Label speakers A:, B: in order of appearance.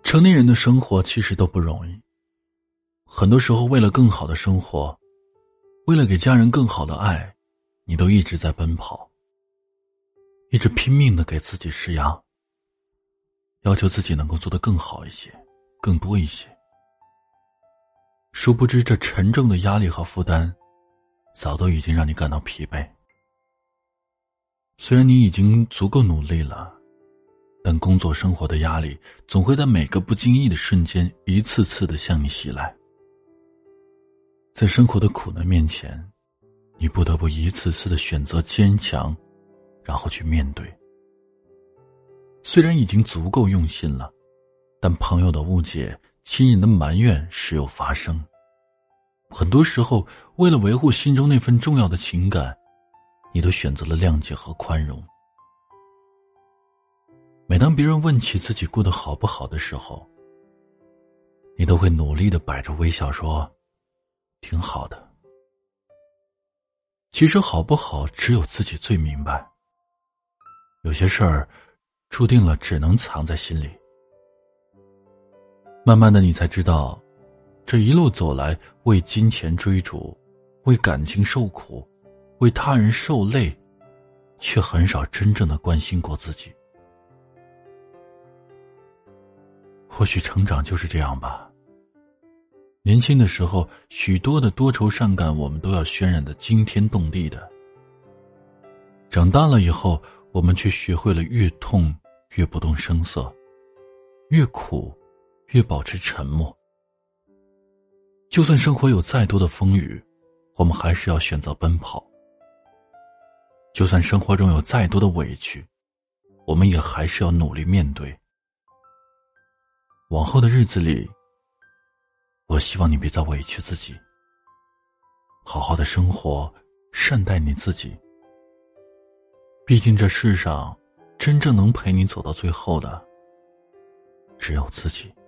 A: 成年人的生活其实都不容易，很多时候为了更好的生活，为了给家人更好的爱，你都一直在奔跑，一直拼命地给自己施压，要求自己能够做得更好一些，更多一些。殊不知这沉重的压力和负担早都已经让你感到疲惫。虽然你已经足够努力了，但工作生活的压力总会在每个不经意的瞬间一次次地向你袭来。在生活的苦难面前，你不得不一次次地选择坚强，然后去面对。虽然已经足够用心了，但朋友的误解，亲人的埋怨时有发生。很多时候，为了维护心中那份重要的情感，你都选择了谅解和宽容。每当别人问起自己过得好不好的时候，你都会努力地摆着微笑说挺好的。其实好不好只有自己最明白，有些事儿注定了只能藏在心里。慢慢的你才知道，这一路走来，为金钱追逐，为感情受苦，为他人受累，却很少真正的关心过自己。或许成长就是这样吧，年轻的时候，许多的多愁善感我们都要渲染得惊天动地的。长大了以后，我们却学会了越痛越不动声色，越苦越保持沉默。就算生活有再多的风雨，我们还是要选择奔跑。就算生活中有再多的委屈，我们也还是要努力面对。往后的日子里，我希望你别再委屈自己，好好的生活，善待你自己。毕竟这世上真正能陪你走到最后的，只有自己。